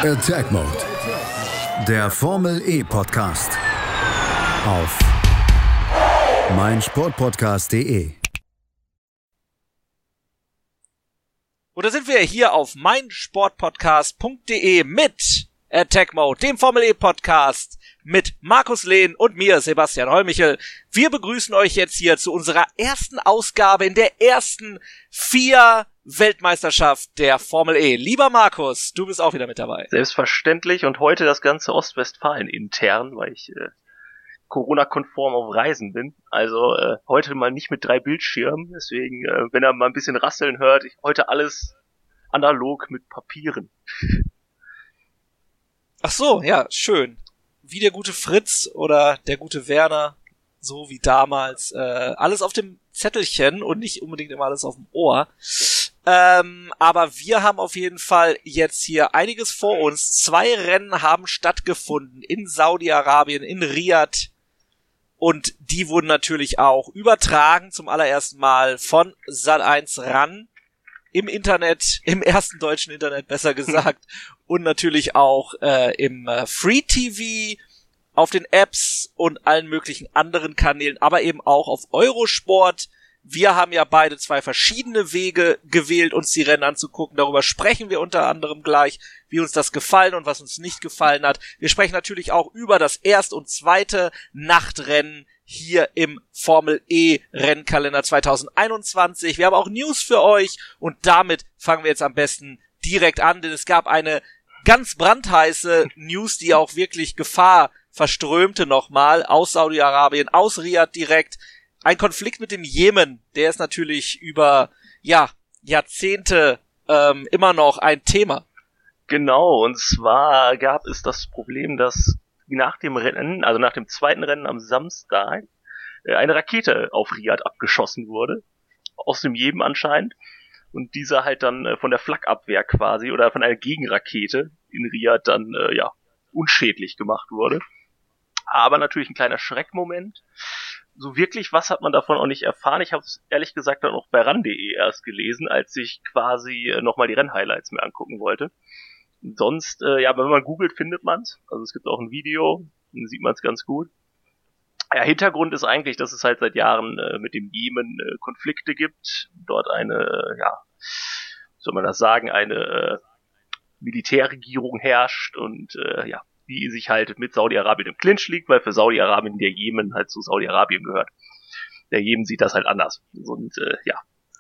Attack Mode, der Formel E Podcast auf meinsportpodcast.de. Und da sind wir hier auf meinsportpodcast.de mit Attack Mode, dem Formel E Podcast mit Markus Lehn und mir, Sebastian Hollmichel. Wir begrüßen euch jetzt hier zu unserer ersten Ausgabe in der ersten 4 Weltmeisterschaft der Formel E. Lieber Markus, du bist auch wieder mit dabei. Selbstverständlich, und heute das ganze Ostwestfalen intern, weil ich Corona-konform auf Reisen bin. Also heute mal nicht mit 3 Bildschirmen, deswegen, wenn ihr mal ein bisschen rasseln hört, heute alles analog mit Papieren. Ach so, ja, schön. Wie der gute Fritz oder der gute Werner, so wie damals. Alles auf dem Zettelchen und nicht unbedingt immer alles auf dem Ohr. Aber wir haben auf jeden Fall jetzt hier einiges vor uns. 2 Rennen haben stattgefunden in Saudi-Arabien, in Riyadh. Und die wurden natürlich auch übertragen zum allerersten Mal von Sat.1 RAN im Internet, im ersten deutschen Internet besser gesagt. Und natürlich auch im Free TV, auf den Apps und allen möglichen anderen Kanälen, aber eben auch auf Eurosport. Wir haben ja beide 2 verschiedene Wege gewählt, uns die Rennen anzugucken. Darüber sprechen wir unter anderem gleich, wie uns das gefallen und was uns nicht gefallen hat. Wir sprechen natürlich auch über das erste und zweite Nachtrennen hier im Formel E Rennkalender 2021. Wir haben auch News für euch und damit fangen wir jetzt am besten direkt an, denn es gab eine ganz brandheiße News, die auch wirklich Gefahr verströmte nochmal aus Saudi-Arabien, aus Riyadh direkt. Ein Konflikt mit dem Jemen, der ist natürlich über Jahrzehnte immer noch ein Thema. Genau, und zwar gab es das Problem, dass nach dem Rennen, also nach dem zweiten Rennen am Samstag, eine Rakete auf Riyadh abgeschossen wurde, aus dem Jemen anscheinend, und dieser halt dann von der Flakabwehr quasi oder von einer Gegenrakete in Riyadh dann unschädlich gemacht wurde. Aber natürlich ein kleiner Schreckmoment. So wirklich was hat man davon auch nicht erfahren. Ich habe es ehrlich gesagt dann auch bei ran.de erst gelesen, als ich quasi nochmal die Rennhighlights mir angucken wollte. Und sonst, wenn man googelt, findet man's. Also es gibt auch ein Video, dann sieht man es ganz gut. Ja, Hintergrund ist eigentlich, dass es halt seit Jahren mit dem Jemen Konflikte gibt. Dort eine, soll man das sagen, eine Militärregierung herrscht und die sich halt mit Saudi-Arabien im Clinch liegt, weil für Saudi-Arabien der Jemen halt zu Saudi-Arabien gehört. Der Jemen sieht das halt anders. Und Ja,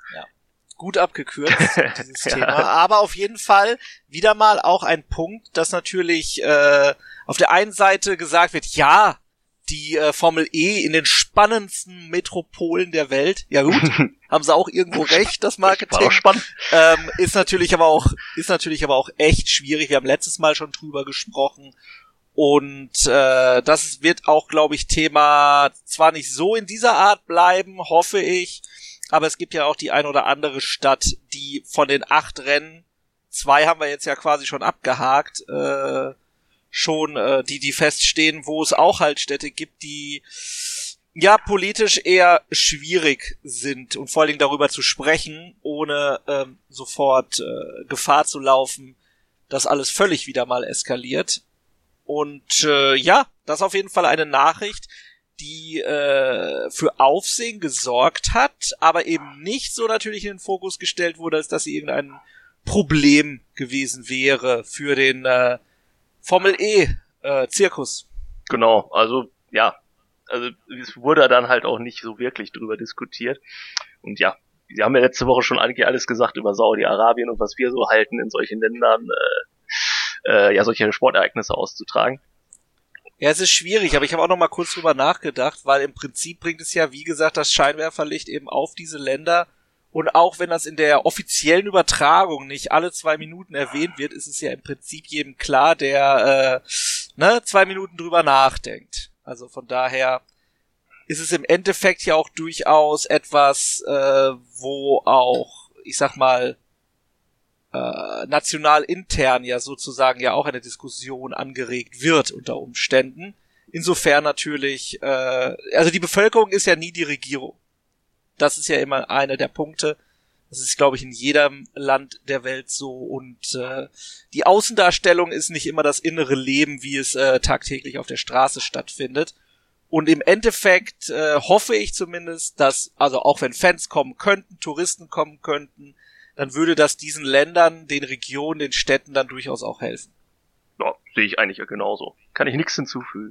gut abgekürzt, dieses Thema. Aber auf jeden Fall wieder mal auch ein Punkt, dass natürlich auf der einen Seite gesagt wird, ja, die Formel E in den spannendsten Metropolen der Welt. Ja gut, haben sie auch irgendwo recht, das Marketing. War auch spannend. Ist natürlich aber auch echt schwierig. Wir haben letztes Mal schon drüber gesprochen. Und das wird auch, glaube ich, Thema zwar nicht so in dieser Art bleiben, hoffe ich, aber es gibt ja auch die ein oder andere Stadt, die von den 8 Rennen, 2 haben wir jetzt ja quasi schon abgehakt, die feststehen, wo es auch halt Städte gibt, die ja politisch eher schwierig sind und vor allen Dingen darüber zu sprechen, ohne sofort Gefahr zu laufen, dass alles völlig wieder mal eskaliert. Und das ist auf jeden Fall eine Nachricht, die für Aufsehen gesorgt hat, aber eben nicht so natürlich in den Fokus gestellt wurde, als dass sie irgendein Problem gewesen wäre für den Formel E Zirkus. Genau, also es wurde dann halt auch nicht so wirklich drüber diskutiert. Und ja, Sie haben ja letzte Woche schon eigentlich alles gesagt über Saudi-Arabien und was wir so halten, in solchen Ländern solche Sportereignisse auszutragen. Ja, es ist schwierig, aber ich habe auch noch mal kurz drüber nachgedacht, weil im Prinzip bringt es ja, wie gesagt, das Scheinwerferlicht eben auf diese Länder. Und auch wenn das in der offiziellen Übertragung nicht alle 2 Minuten erwähnt wird, ist es ja im Prinzip jedem klar, der 2 Minuten drüber nachdenkt. Also von daher ist es im Endeffekt ja auch durchaus etwas, wo auch, ich sag mal, national intern ja sozusagen ja auch eine Diskussion angeregt wird unter Umständen. Insofern natürlich, also die Bevölkerung ist ja nie die Regierung. Das ist ja immer einer der Punkte. Das ist, glaube ich, in jedem Land der Welt so. Und die Außendarstellung ist nicht immer das innere Leben, wie es tagtäglich auf der Straße stattfindet. Und im Endeffekt hoffe ich zumindest, dass, also auch wenn Fans kommen könnten, Touristen kommen könnten, dann würde das diesen Ländern, den Regionen, den Städten dann durchaus auch helfen. Ja, sehe ich eigentlich ja genauso. Kann ich nichts hinzufügen.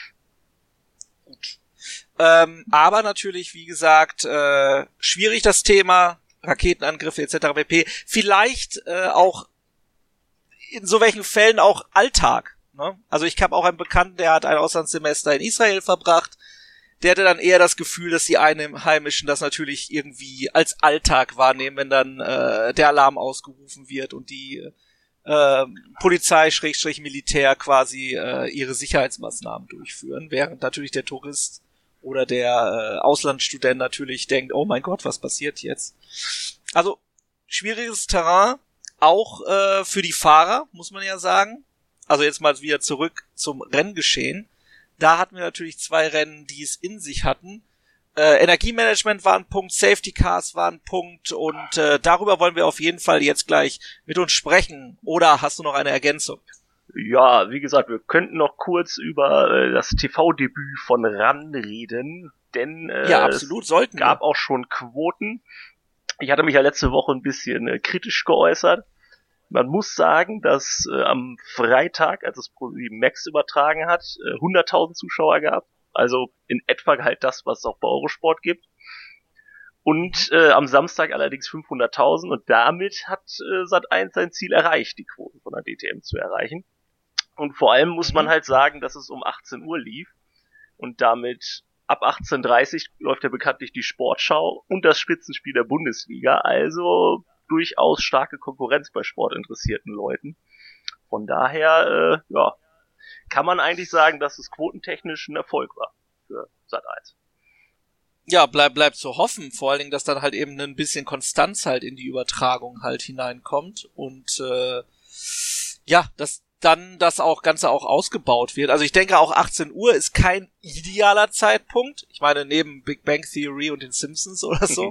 Gut. Aber natürlich, wie gesagt, schwierig das Thema, Raketenangriffe etc. pp. Vielleicht auch in so welchen Fällen auch Alltag. Ne? Also ich habe auch einen Bekannten, der hat ein Auslandssemester in Israel verbracht. Der hatte dann eher das Gefühl, dass die Einheimischen das natürlich irgendwie als Alltag wahrnehmen, wenn dann der Alarm ausgerufen wird und die Polizei / Militär quasi ihre Sicherheitsmaßnahmen durchführen, während natürlich der Tourist oder der Auslandsstudent natürlich denkt, oh mein Gott, was passiert jetzt? Also schwieriges Terrain, auch für die Fahrer, muss man ja sagen. Also jetzt mal wieder zurück zum Renngeschehen. Da hatten wir natürlich 2 Rennen, die es in sich hatten. Energiemanagement war ein Punkt, Safety Cars war ein Punkt und darüber wollen wir auf jeden Fall jetzt gleich mit uns sprechen. Oder hast du noch eine Ergänzung? Ja, wie gesagt, wir könnten noch kurz über das TV-Debüt von RAN reden, denn ja, absolut, es gab auch schon Quoten. Ich hatte mich ja letzte Woche ein bisschen kritisch geäußert. Man muss sagen, dass am Freitag, als es ProSieben Max übertragen hat, 100.000 Zuschauer gab. Also in etwa halt das, was es auch bei Eurosport gibt. Und am Samstag allerdings 500.000. Und damit hat Sat.1 sein Ziel erreicht, die Quoten von der DTM zu erreichen. Und vor allem muss man halt sagen, dass es um 18 Uhr lief. Und damit ab 18:30 läuft ja bekanntlich die Sportschau und das Spitzenspiel der Bundesliga. Also durchaus starke Konkurrenz bei sportinteressierten Leuten. Von daher, ja, kann man eigentlich sagen, dass es quotentechnisch ein Erfolg war für Sat.1. Ja, bleibt zu hoffen, vor allen Dingen, dass dann halt eben ein bisschen Konstanz halt in die Übertragung halt hineinkommt und ja, dass dann das auch Ganze auch ausgebaut wird. Also ich denke auch 18 Uhr ist kein idealer Zeitpunkt. Ich meine, neben Big Bang Theory und den Simpsons oder so.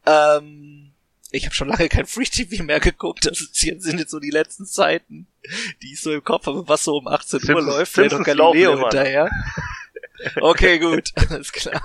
Ich habe schon lange kein Free-TV mehr geguckt. Das sind jetzt so die letzten Zeiten, die ich so im Kopf habe, was so um 18 Uhr läuft. Vielleicht noch Galileo hinterher. Okay, gut, alles klar.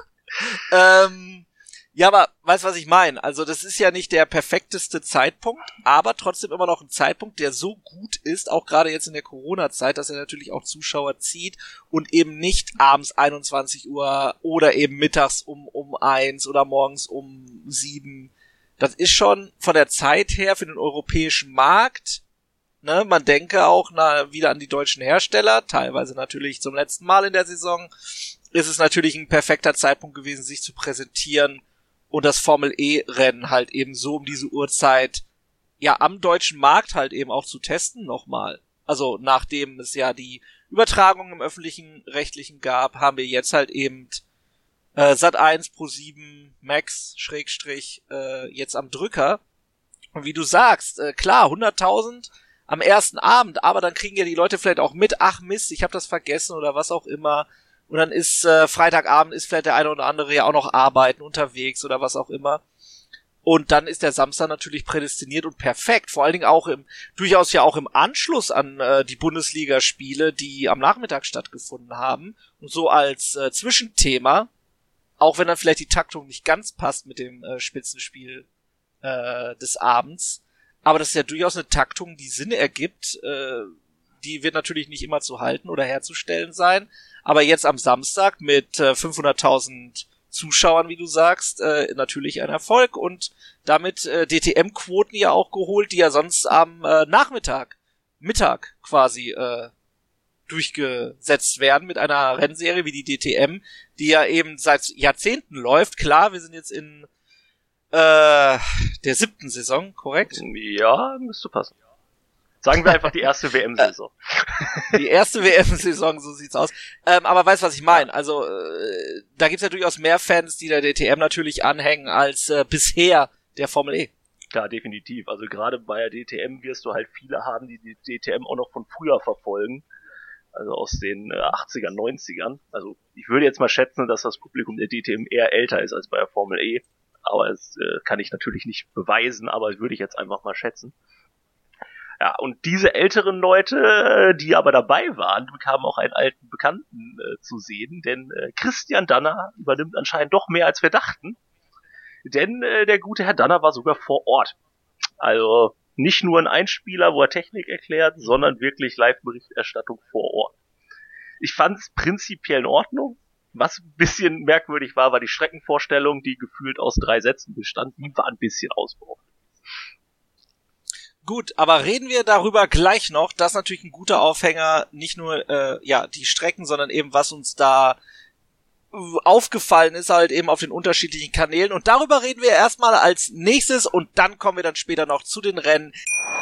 Ja, aber weißt du, was ich meine? Also das ist ja nicht der perfekteste Zeitpunkt, aber trotzdem immer noch ein Zeitpunkt, der so gut ist, auch gerade jetzt in der Corona-Zeit, dass er natürlich auch Zuschauer zieht und eben nicht abends 21 Uhr oder eben mittags um 1 oder morgens um 7. Das ist schon von der Zeit her für den europäischen Markt, ne, man denke auch wieder an die deutschen Hersteller, teilweise natürlich zum letzten Mal in der Saison, ist es natürlich ein perfekter Zeitpunkt gewesen, sich zu präsentieren und das Formel-E-Rennen halt eben so um diese Uhrzeit ja am deutschen Markt halt eben auch zu testen nochmal. Also nachdem es ja die Übertragung im öffentlichen Rechtlichen gab, haben wir jetzt halt eben Sat.1 ProSieben Max Schrägstrich jetzt am Drücker. Und wie du sagst, klar, 100.000 am ersten Abend, aber dann kriegen ja die Leute vielleicht auch mit, ach Mist, ich habe das vergessen oder was auch immer. Und dann ist Freitagabend ist vielleicht der eine oder andere ja auch noch arbeiten, unterwegs oder was auch immer. Und dann ist der Samstag natürlich prädestiniert und perfekt. Vor allen Dingen auch durchaus ja auch im Anschluss an die Bundesligaspiele, die am Nachmittag stattgefunden haben. Und so als Zwischenthema, auch wenn dann vielleicht die Taktung nicht ganz passt mit dem Spitzenspiel des Abends. Aber das ist ja durchaus eine Taktung, die Sinn ergibt. Die wird natürlich nicht immer zu halten oder herzustellen sein. Aber jetzt am Samstag mit 500.000 Zuschauern, wie du sagst, natürlich ein Erfolg und damit DTM-Quoten ja auch geholt, die ja sonst am Mittag quasi durchgesetzt werden mit einer Rennserie wie die DTM, die ja eben seit Jahrzehnten läuft. Klar, wir sind jetzt in der 7. Saison, korrekt? Ja, müsste passen. Sagen wir einfach die erste WM-Saison. Die erste WM-Saison, so sieht's aus. Aber weißt du, was ich meine? Also, da gibt's ja durchaus mehr Fans, die der DTM natürlich anhängen, als bisher der Formel E. Ja, definitiv. Also gerade bei der DTM wirst du halt viele haben, die die DTM auch noch von früher verfolgen. Also aus den 80ern, 90ern. Also ich würde jetzt mal schätzen, dass das Publikum der DTM eher älter ist als bei der Formel E. aber das kann ich natürlich nicht beweisen, aber würde ich jetzt einfach mal schätzen. Ja, und diese älteren Leute, die aber dabei waren, bekamen auch einen alten Bekannten zu sehen, denn Christian Danner übernimmt anscheinend doch mehr, als wir dachten. Denn der gute Herr Danner war sogar vor Ort. Also nicht nur ein Einspieler, wo er Technik erklärt, sondern wirklich Live-Berichterstattung vor Ort. Ich fand's prinzipiell in Ordnung. Was ein bisschen merkwürdig war die Streckenvorstellung, die gefühlt aus 3 Sätzen bestand. Die war ein bisschen ausgeordnet. Gut, aber reden wir darüber gleich noch. Das ist natürlich ein guter Aufhänger, nicht nur die Strecken, sondern eben was uns da aufgefallen ist, halt eben auf den unterschiedlichen Kanälen. Und darüber reden wir erstmal als nächstes und dann kommen wir dann später noch zu den Rennen.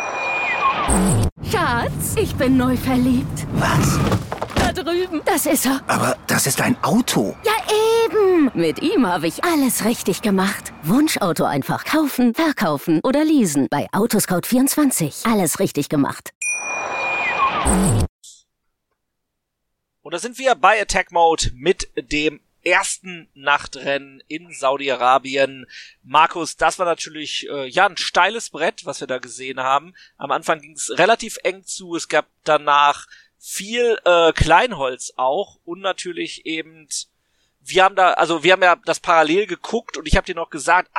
Schatz, ich bin neu verliebt. Was? Da drüben. Das ist er. Aber das ist ein Auto. Ja, eben. Mit ihm habe ich alles richtig gemacht. Wunschauto einfach kaufen, verkaufen oder leasen. Bei Autoscout24. Alles richtig gemacht. Und da sind wir bei Attack Mode mit dem ersten Nachtrennen in Saudi-Arabien. Markus, das war natürlich ein steiles Brett, was wir da gesehen haben. Am Anfang ging es relativ eng zu. Es gab danach viel Kleinholz auch und natürlich eben wir haben ja das parallel geguckt und ich habe dir noch gesagt,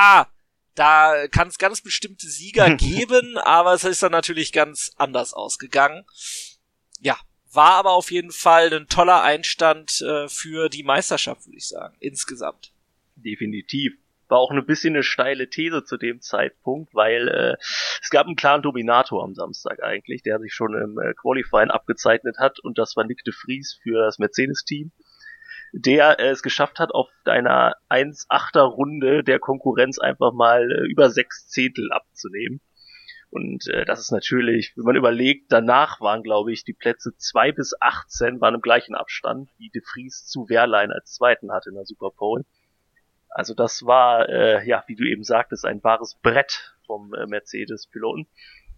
da kann es ganz bestimmte Sieger geben, aber es ist dann natürlich ganz anders ausgegangen. Ja, war aber auf jeden Fall ein toller Einstand für die Meisterschaft, würde ich sagen, insgesamt. Definitiv. War auch ein bisschen eine steile These zu dem Zeitpunkt, weil es gab einen klaren Dominator am Samstag eigentlich, der sich schon im Qualifying abgezeichnet hat und das war Nick de Vries für das Mercedes-Team, der es geschafft hat, auf einer 1/8er Runde der Konkurrenz einfach mal über 6 Zehntel abzunehmen. Und das ist natürlich, wenn man überlegt, danach waren, glaube ich, die Plätze 2 bis 18 waren im gleichen Abstand, wie de Vries zu Wehrlein als Zweiten hatte in der Superpole. Also das war, wie du eben sagtest, ein wahres Brett vom Mercedes-Piloten.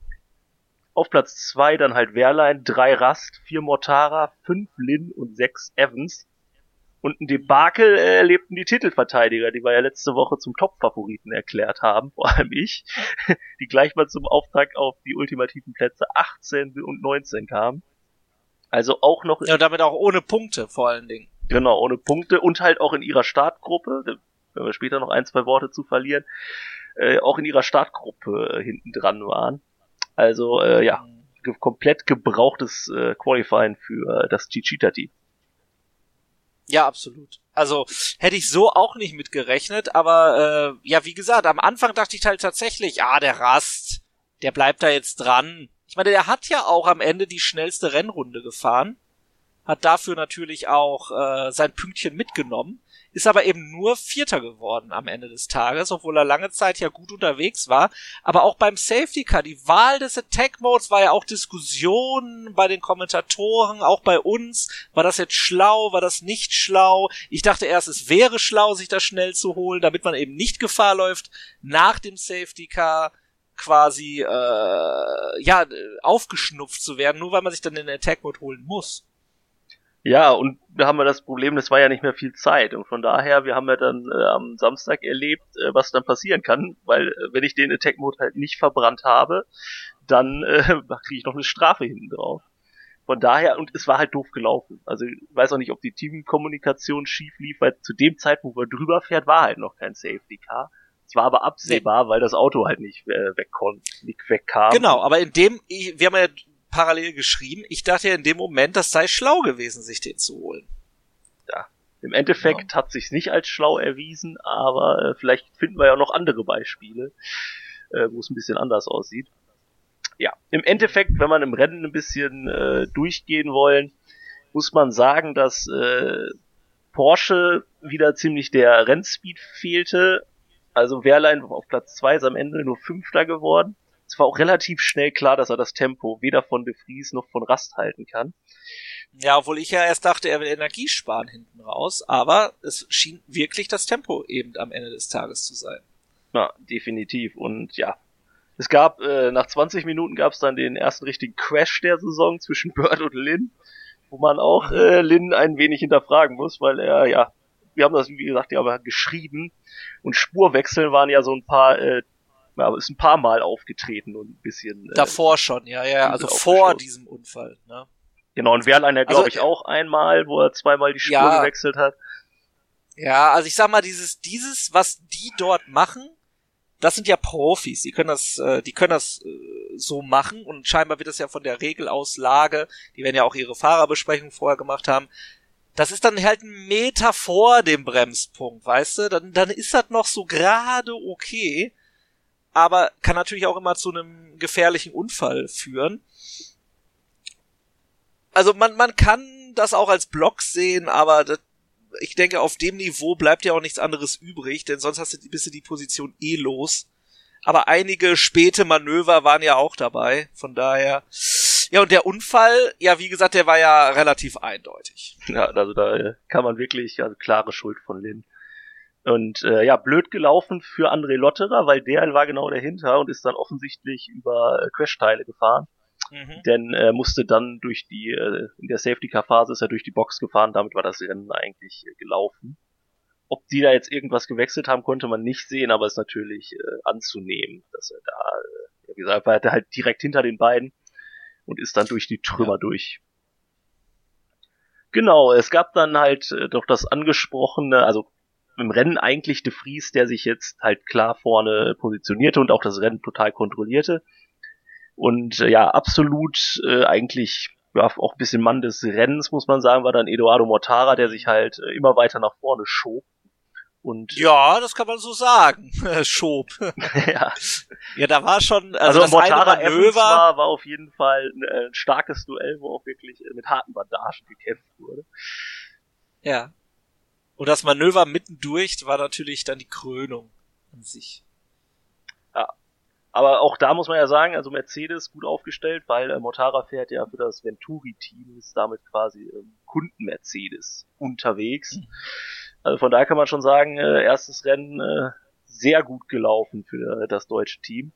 Auf Platz 2 dann halt Wehrlein, 3 Rast, 4 Mortara, 5 Lin und 6 Evans. Und ein Debakel erlebten die Titelverteidiger, die wir ja letzte Woche zum Top-Favoriten erklärt haben, vor allem ich, die gleich mal zum Auftakt auf die ultimativen Plätze 18 und 19 kamen. Also auch noch... Ja, damit auch ohne Punkte vor allen Dingen. Genau, ohne Punkte und halt auch in ihrer Startgruppe, wenn wir später noch 1-2 Worte zu verlieren, auch in ihrer Startgruppe hinten dran waren. Also, komplett gebrauchtes Qualifying für das Chicita-Team. Ja, absolut. Also, hätte ich so auch nicht mitgerechnet, aber, wie gesagt, am Anfang dachte ich halt tatsächlich, der Rast, der bleibt da jetzt dran. Ich meine, der hat ja auch am Ende die schnellste Rennrunde gefahren, hat dafür natürlich auch sein Pünktchen mitgenommen, ist aber eben nur Vierter geworden am Ende des Tages, obwohl er lange Zeit ja gut unterwegs war. Aber auch beim Safety Car, die Wahl des Attack Modes war ja auch Diskussion bei den Kommentatoren, auch bei uns. War das jetzt schlau, war das nicht schlau? Ich dachte erst, es wäre schlau, sich das schnell zu holen, damit man eben nicht Gefahr läuft, nach dem Safety Car quasi aufgeschnupft zu werden, nur weil man sich dann den Attack Mode holen muss. Ja, und da haben wir das Problem, das war ja nicht mehr viel Zeit und von daher, wir haben ja dann am Samstag erlebt, was dann passieren kann, weil wenn ich den Attack Mode halt nicht verbrannt habe, dann kriege ich noch eine Strafe hinten drauf. Von daher, und es war halt doof gelaufen. Also ich weiß auch nicht, ob die Teamkommunikation schief lief, weil zu dem Zeitpunkt, wo er drüber fährt, war halt noch kein Safety Car. Es war aber absehbar, weil das Auto halt nicht wegkam. Genau, aber wir haben ja parallel geschrieben, ich dachte ja in dem Moment, das sei schlau gewesen, sich den zu holen. Ja, im Endeffekt hat sich's nicht als schlau erwiesen, aber vielleicht finden wir ja noch andere Beispiele, wo es ein bisschen anders aussieht. Ja, im Endeffekt, wenn man im Rennen ein bisschen durchgehen wollen, muss man sagen, dass Porsche wieder ziemlich der Rennspeed fehlte. Also Wehrlein auf Platz 2 ist am Ende nur Fünfter geworden. Es war auch relativ schnell klar, dass er das Tempo weder von de Vries noch von Rast halten kann. Ja, obwohl ich ja erst dachte, er will Energie sparen hinten raus, aber es schien wirklich das Tempo eben am Ende des Tages zu sein. Ja, definitiv. Und ja, es gab, nach 20 Minuten gab es dann den ersten richtigen Crash der Saison zwischen Bird und Lin, wo man auch Lin ein wenig hinterfragen muss, weil er wir haben das, wie gesagt, ja aber geschrieben. Und Spurwechsel waren ja so ein paar, ist ein paar Mal aufgetreten und ein bisschen. Davor schon, ja, also vor diesem Unfall, ne? Genau, und Wehrlein, glaube ich, auch einmal, wo er zweimal die Spur gewechselt hat. Ja, also ich sag mal, dieses, was die dort machen, das sind ja Profis, die können das so machen und scheinbar wird das ja von der Regelauslage, die werden ja auch ihre Fahrerbesprechung vorher gemacht haben, das ist dann halt ein Meter vor dem Bremspunkt, weißt du, dann ist das noch so gerade okay, aber kann natürlich auch immer zu einem gefährlichen Unfall führen. Also man kann das auch als Block sehen, aber ich denke, auf dem Niveau bleibt ja auch nichts anderes übrig, denn sonst bist du die Position los. Aber einige späte Manöver waren ja auch dabei, von daher. Ja, und der Unfall, ja, wie gesagt, der war ja relativ eindeutig. Ja, also da kann man wirklich, also klare Schuld von Lin. Und blöd gelaufen für André Lotterer, weil der war genau dahinter und ist dann offensichtlich über Crashteile gefahren. Denn er musste dann in der Safety-Car-Phase ist er durch die Box gefahren, damit war das Rennen eigentlich gelaufen. Ob die da jetzt irgendwas gewechselt haben, konnte man nicht sehen, aber ist natürlich anzunehmen, dass er da, wie gesagt, war er halt direkt hinter den beiden und ist dann durch die Trümmer durch. Genau, es gab dann halt doch das angesprochene, also im Rennen eigentlich de Vries, der sich jetzt halt klar vorne positionierte und auch das Rennen total kontrollierte. Und absolut eigentlich auch ein bisschen Mann des Rennens, muss man sagen, war dann Edoardo Mortara, der sich halt immer weiter nach vorne schob. Und ja, das kann man so sagen. Schob. Ja, da war schon, also das Mortara Evans war auf jeden Fall ein starkes Duell, wo auch wirklich mit harten Bandagen gekämpft wurde. Ja. Und das Manöver mittendurch war natürlich dann die Krönung an sich. Ja. Aber auch da muss man ja sagen, also Mercedes gut aufgestellt, weil Mortara fährt ja für das Venturi-Team, ist damit quasi Kunden-Mercedes unterwegs. Also von daher kann man schon sagen, erstes Rennen sehr gut gelaufen für das deutsche Team.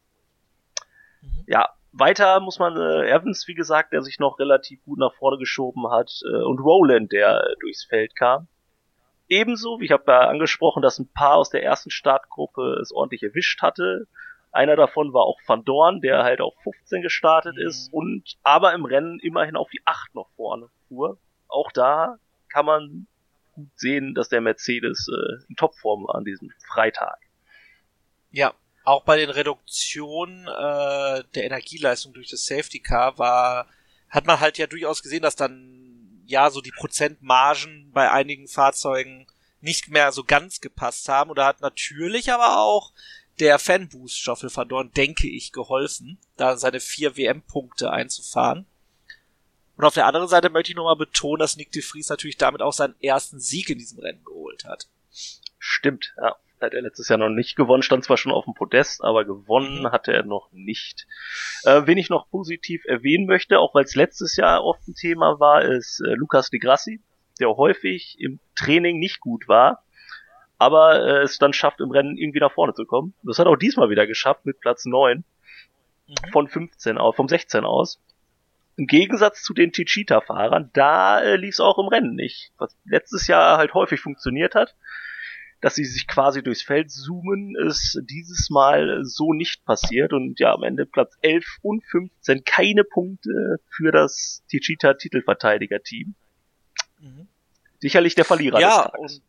Ja, weiter muss man Evans, wie gesagt, der sich noch relativ gut nach vorne geschoben hat, und Rowland, der durchs Feld kam. Ebenso, wie ich habe ja angesprochen, dass ein paar aus der ersten Startgruppe es ordentlich erwischt hatte. Einer davon war auch Van Dorn, der halt auf 15 gestartet ist und aber im Rennen immerhin auf die 8 noch vorne fuhr. Auch da kann man gut sehen, dass der Mercedes in Topform war an diesem Freitag. Ja, auch bei den Reduktionen der Energieleistung durch das Safety Car hat man halt ja durchaus gesehen, dass dann so die Prozentmargen bei einigen Fahrzeugen nicht mehr so ganz gepasst haben. Oder hat natürlich aber auch der Fanboost Stoffel van Dorn, denke ich, geholfen, da seine 4 WM-Punkte einzufahren. Und auf der anderen Seite möchte ich nochmal betonen, dass Nick de Vries natürlich damit auch seinen ersten Sieg in diesem Rennen geholt hat. Stimmt, ja. Hat er letztes Jahr noch nicht gewonnen, stand zwar schon auf dem Podest, aber gewonnen hatte er noch nicht. Wen ich noch positiv erwähnen möchte, auch weil es letztes Jahr oft ein Thema war, ist Lucas Di Grassi, der häufig im Training nicht gut war, aber es dann schafft, im Rennen irgendwie nach vorne zu kommen. Das hat auch diesmal wieder geschafft mit Platz 9 vom 16 aus. Im Gegensatz zu den Techeetah-Fahrern, da lief es auch im Rennen nicht. Was letztes Jahr halt häufig funktioniert hat, dass sie sich quasi durchs Feld zoomen, ist dieses Mal so nicht passiert. Und ja, am Ende Platz 11 und 15, keine Punkte für das Techeetah-Titelverteidiger-Team. Sicherlich der Verlierer des Tages.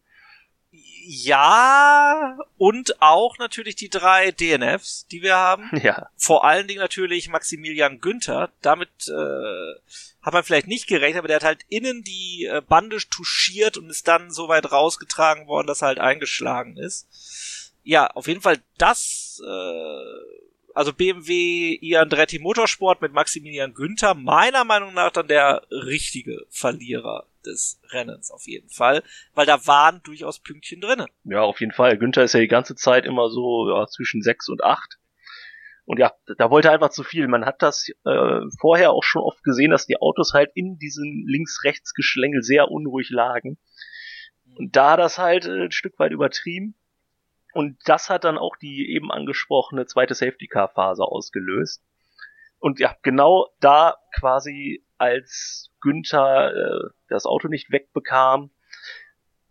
Und auch natürlich die 3 DNFs, die wir haben. Ja. Vor allen Dingen natürlich Maximilian Günther. Damit hat man vielleicht nicht gerechnet, aber der hat halt innen die Bande touchiert und ist dann so weit rausgetragen worden, dass er halt eingeschlagen ist. Ja, auf jeden Fall also BMW Andretti Motorsport mit Maximilian Günther, meiner Meinung nach dann der richtige Verlierer des Rennens auf jeden Fall, weil da waren durchaus Pünktchen drinne. Ja, auf jeden Fall. Günther ist ja die ganze Zeit immer so zwischen 6 und 8. Und ja, da wollte er einfach zu viel. Man hat das vorher auch schon oft gesehen, dass die Autos halt in diesem Links-Rechts-Geschlängel sehr unruhig lagen. Und da hat das halt ein Stück weit übertrieben. Und das hat dann auch die eben angesprochene zweite Safety-Car-Phase ausgelöst. Und ja, genau da quasi, als Günther das Auto nicht wegbekam,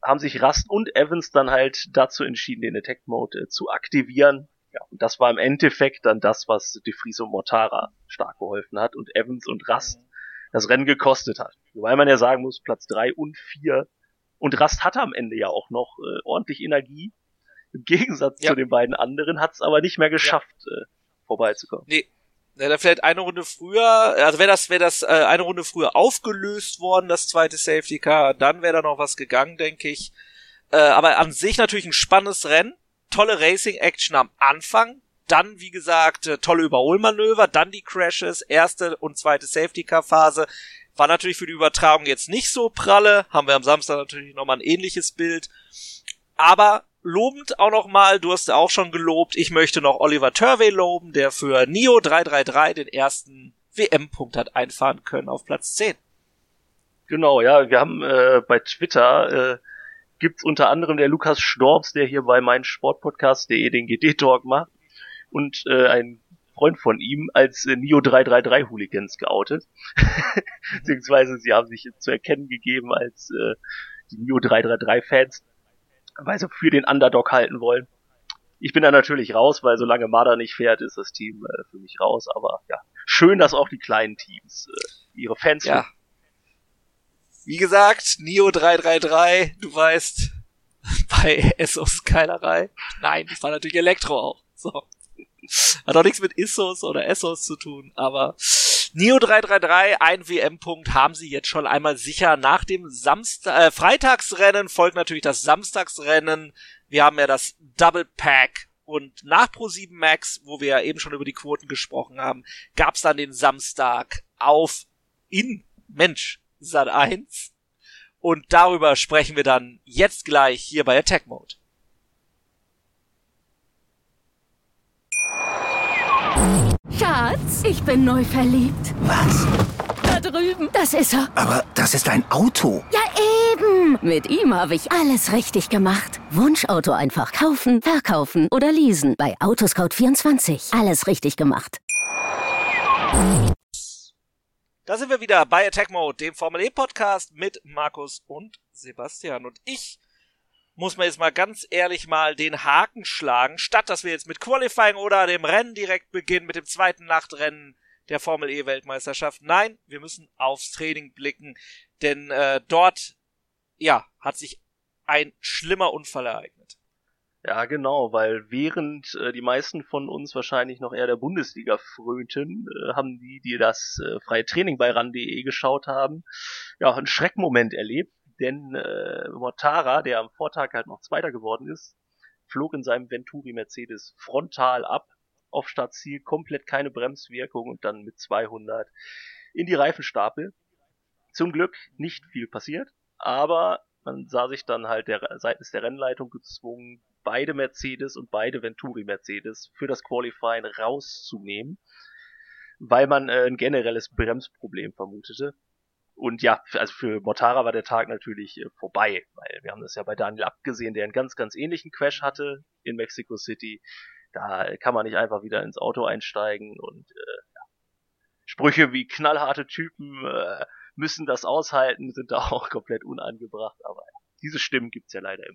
haben sich Rust und Evans dann halt dazu entschieden, den Attack Mode zu aktivieren. Ja, und das war im Endeffekt dann das, was De Vries und Mortara stark geholfen hat und Evans und Rust das Rennen gekostet hat. Wobei man ja sagen muss, Platz 3 und 4. Und Rust hatte am Ende ja auch noch ordentlich Energie. Im Gegensatz zu den beiden anderen hat es aber nicht mehr geschafft, vorbeizukommen. Nee. Ja, da vielleicht eine Runde früher, also wäre das eine Runde früher aufgelöst worden, das zweite Safety Car, dann wäre da noch was gegangen, denke ich. Aber an sich natürlich ein spannendes Rennen, tolle Racing-Action am Anfang, dann, wie gesagt, tolle Überholmanöver, dann die Crashes, erste und zweite Safety Car Phase, war natürlich für die Übertragung jetzt nicht so pralle, haben wir am Samstag natürlich nochmal ein ähnliches Bild, aber lobend auch nochmal, du hast ja auch schon gelobt, ich möchte noch Oliver Turvey loben, der für Neo 333 den ersten WM-Punkt hat einfahren können auf Platz 10. Genau, ja, wir haben bei Twitter gibt's unter anderem der Lukas Storms, der hier bei meinsportpodcast.de den GD-Talk macht und ein Freund von ihm als Neo 333 Hooligans geoutet. Beziehungsweise sie haben sich zu erkennen gegeben als die Neo 333 Fans, weil sie für den Underdog halten wollen. Ich bin da natürlich raus, weil solange Mada nicht fährt, ist das Team für mich raus. Aber ja, schön, dass auch die kleinen Teams ihre Fans finden. Wie gesagt, Neo 333, du weißt, bei Essos Keilerei. Nein, das war natürlich Elektro auch. So. Hat auch nichts mit Issos oder Essos zu tun, aber Neo 333, ein WM-Punkt haben sie jetzt schon einmal sicher. Nach dem Freitagsrennen folgt natürlich das Samstagsrennen. Wir haben ja das Double Pack und nach Pro7 Max, wo wir ja eben schon über die Quoten gesprochen haben, gab's dann den Samstag Sat.1 und darüber sprechen wir dann jetzt gleich hier bei Attack Mode. Schatz, ich bin neu verliebt. Was? Da drüben. Das ist er. Aber das ist ein Auto. Ja, eben. Mit ihm habe ich alles richtig gemacht. Wunschauto einfach kaufen, verkaufen oder leasen. Bei Autoscout24. Alles richtig gemacht. Da sind wir wieder bei Attack Mode, dem Formel E Podcast mit Markus und Sebastian. Und ich muss man jetzt mal ganz ehrlich mal den Haken schlagen, statt dass wir jetzt mit Qualifying oder dem Rennen direkt beginnen, mit dem zweiten Nachtrennen der Formel E Weltmeisterschaft. Nein, wir müssen aufs Training blicken, denn dort, hat sich ein schlimmer Unfall ereignet. Ja, genau, weil während die meisten von uns wahrscheinlich noch eher der Bundesliga frönten, haben die das freie Training bei RAN.de geschaut haben, einen Schreckmoment erlebt. Denn Mortara, der am Vortag halt noch Zweiter geworden ist, flog in seinem Venturi Mercedes frontal ab, auf Startziel, komplett keine Bremswirkung und dann mit 200 in die Reifenstapel. Zum Glück nicht viel passiert, aber man sah sich dann halt seitens der Rennleitung gezwungen, beide Mercedes und beide Venturi Mercedes für das Qualifying rauszunehmen, weil man ein generelles Bremsproblem vermutete. Und ja, also für Mortara war der Tag natürlich vorbei, weil wir haben das ja bei Daniel abgesehen, der einen ganz, ganz ähnlichen Crash hatte in Mexico City. Da kann man nicht einfach wieder ins Auto einsteigen und Sprüche wie knallharte Typen müssen das aushalten, sind da auch komplett unangebracht, aber diese Stimmen gibt's ja leider immer.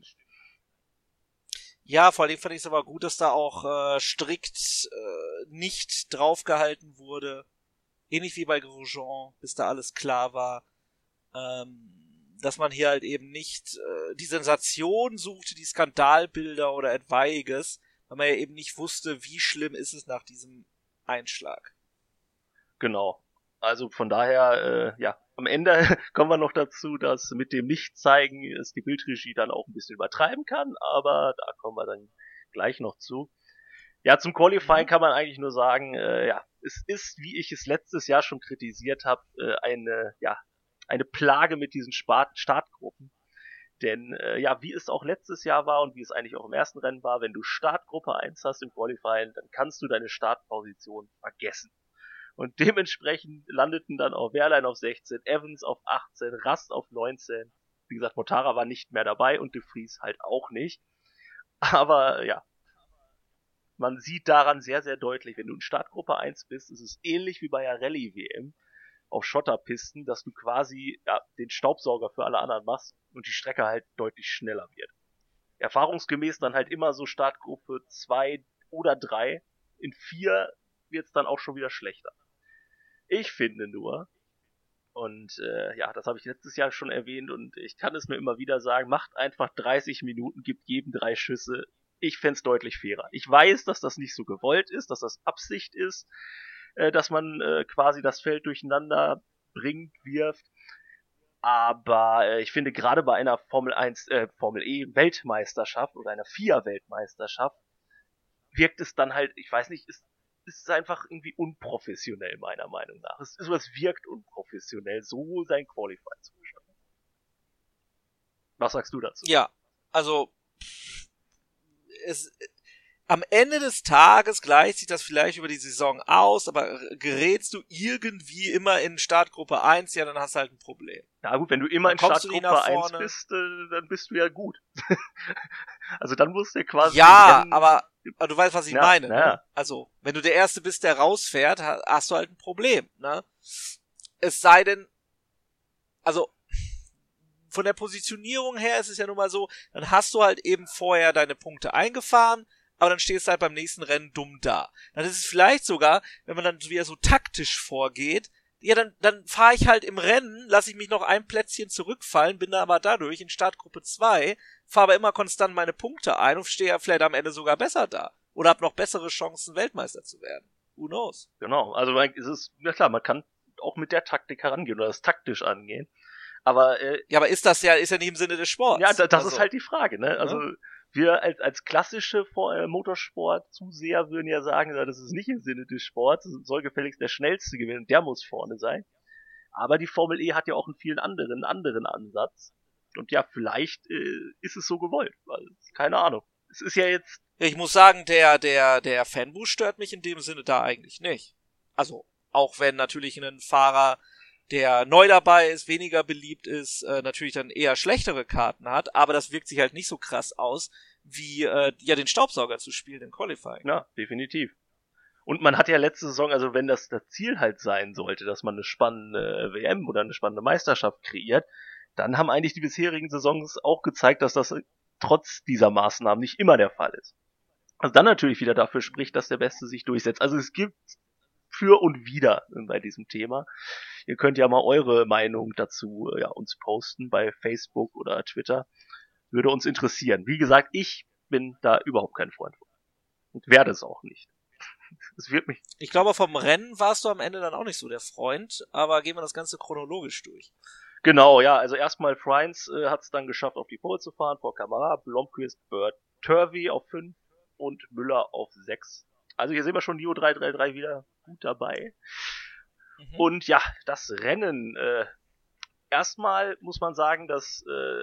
Ja, vor allem fand ich es aber gut, dass da auch strikt nicht draufgehalten wurde. Ähnlich wie bei Grosjean, bis da alles klar war, dass man hier halt eben nicht die Sensation suchte, die Skandalbilder oder etwaiges, weil man ja eben nicht wusste, wie schlimm ist es nach diesem Einschlag. Genau. Also von daher, am Ende kommen wir noch dazu, dass mit dem Nichtzeigen es die Bildregie dann auch ein bisschen übertreiben kann, aber da kommen wir dann gleich noch zu. Ja, zum Qualifying kann man eigentlich nur sagen, es ist, wie ich es letztes Jahr schon kritisiert habe, eine Plage mit diesen Startgruppen. Denn wie es auch letztes Jahr war und wie es eigentlich auch im ersten Rennen war, wenn du Startgruppe 1 hast im Qualifying, dann kannst du deine Startposition vergessen. Und dementsprechend landeten dann auch Wehrlein auf 16, Evans auf 18, Rust auf 19. Wie gesagt, Mortara war nicht mehr dabei und De Vries halt auch nicht. Aber man sieht daran sehr, sehr deutlich, wenn du in Startgruppe 1 bist, ist es ähnlich wie bei der Rallye-WM. auf Schotterpisten, dass du quasi den Staubsauger für alle anderen machst und die Strecke halt deutlich schneller wird. Erfahrungsgemäß dann halt immer so Startgruppe 2 oder 3. In 4 wird's dann auch schon wieder schlechter. Ich finde nur, und das habe ich letztes Jahr schon erwähnt und ich kann es nur immer wieder sagen, macht einfach 30 Minuten, gibt jedem 3 Schüsse. Ich fänd's deutlich fairer. Ich weiß, dass das nicht so gewollt ist, dass das Absicht ist, dass man quasi das Feld durcheinander bringt, wirft. Aber ich finde, gerade bei einer Formel E Weltmeisterschaft oder einer FIA Weltmeisterschaft wirkt es dann halt, ich weiß nicht, ist einfach irgendwie unprofessionell, meiner Meinung nach. Es wirkt unprofessionell, so sein Qualifying zu gestalten. Was sagst du dazu? Ja, also am Ende des Tages gleicht sich das vielleicht über die Saison aus, aber gerätst du irgendwie immer in Startgruppe 1, ja, dann hast du halt ein Problem. Na gut, wenn du immer in Startgruppe 1 bist, dann bist du ja gut. Also dann musst du quasi... Ja, aber du weißt, was ich meine. Ja. Ne? Also, wenn du der Erste bist, der rausfährt, hast du halt ein Problem. Ne? Es sei denn, also von der Positionierung her ist es ja nun mal so, dann hast du halt eben vorher deine Punkte eingefahren, aber dann stehst du halt beim nächsten Rennen dumm da. Dann ist es vielleicht sogar, wenn man dann wieder so taktisch vorgeht, ja, dann fahre ich halt im Rennen, lasse ich mich noch ein Plätzchen zurückfallen, bin dann aber dadurch in Startgruppe 2, fahre aber immer konstant meine Punkte ein und stehe ja vielleicht am Ende sogar besser da. Oder habe noch bessere Chancen, Weltmeister zu werden. Who knows? Genau, also es ist, na klar, man kann auch mit der Taktik herangehen oder das taktisch angehen. Aber aber ist ja nicht im Sinne des Sports. Ja, das ist halt die Frage, ne? Also wir als klassische Motorsport-Zuseher würden ja sagen, das ist nicht im Sinne des Sports, es soll gefälligst der Schnellste gewinnen, der muss vorne sein. Aber die Formel E hat ja auch einen vielen anderen Ansatz. Und ja, vielleicht ist es so gewollt. Also, keine Ahnung. Es ist ja jetzt... Ich muss sagen, der Fanboost stört mich in dem Sinne da eigentlich nicht. Also, auch wenn natürlich ein Fahrer, der neu dabei ist, weniger beliebt ist, natürlich dann eher schlechtere Karten hat, aber das wirkt sich halt nicht so krass aus, wie den Staubsauger zu spielen im Qualifying. Ja, definitiv. Und man hat ja letzte Saison, also wenn das Ziel halt sein sollte, dass man eine spannende WM oder eine spannende Meisterschaft kreiert, dann haben eigentlich die bisherigen Saisons auch gezeigt, dass das trotz dieser Maßnahmen nicht immer der Fall ist. Also dann natürlich wieder dafür spricht, dass der Beste sich durchsetzt. Also es gibt für und wider bei diesem Thema. Ihr könnt ja mal eure Meinung dazu uns posten bei Facebook oder Twitter. Würde uns interessieren. Wie gesagt, ich bin da überhaupt kein Freund von. Und werde es auch nicht. Es wird mich... Ich glaube, vom Rennen warst du am Ende dann auch nicht so der Freund, aber gehen wir das Ganze chronologisch durch. Genau, ja, also erstmal Friends hat es dann geschafft, auf die Pole zu fahren, vor Kamera, Blomqvist, Bird, Turvey auf 5 und Müller auf 6. Also hier sehen wir schon Nio 333 wieder gut dabei. Mhm. Und ja, das Rennen, erstmal muss man sagen, dass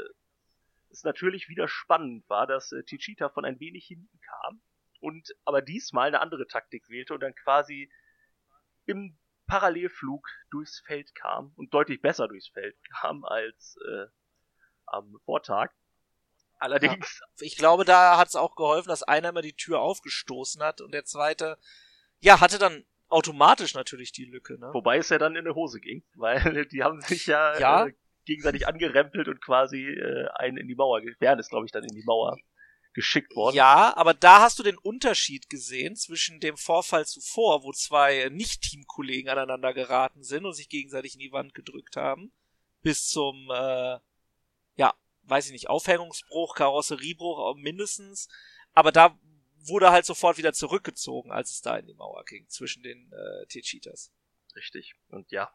es natürlich wieder spannend war, dass Techeetah von ein wenig hinten kam und aber diesmal eine andere Taktik wählte und dann quasi im Parallelflug durchs Feld kam und deutlich besser durchs Feld kam als am Vortag. Allerdings... Ja, ich glaube, da hat es auch geholfen, dass einer immer die Tür aufgestoßen hat und der zweite, hatte dann automatisch natürlich die Lücke. Ne? Wobei es ja dann in die Hose ging, weil die haben sich ja gegenseitig angerempelt und quasi einen in die Mauer, wären es glaube ich dann in die Mauer geschickt worden. Ja, aber da hast du den Unterschied gesehen zwischen dem Vorfall zuvor, wo zwei Nicht-Teamkollegen aneinander geraten sind und sich gegenseitig in die Wand gedrückt haben, bis zum, weiß ich nicht, Aufhängungsbruch, Karosseriebruch mindestens. Aber da wurde halt sofort wieder zurückgezogen, als es da in die Mauer ging, zwischen den Techeetahs. Richtig. Und ja,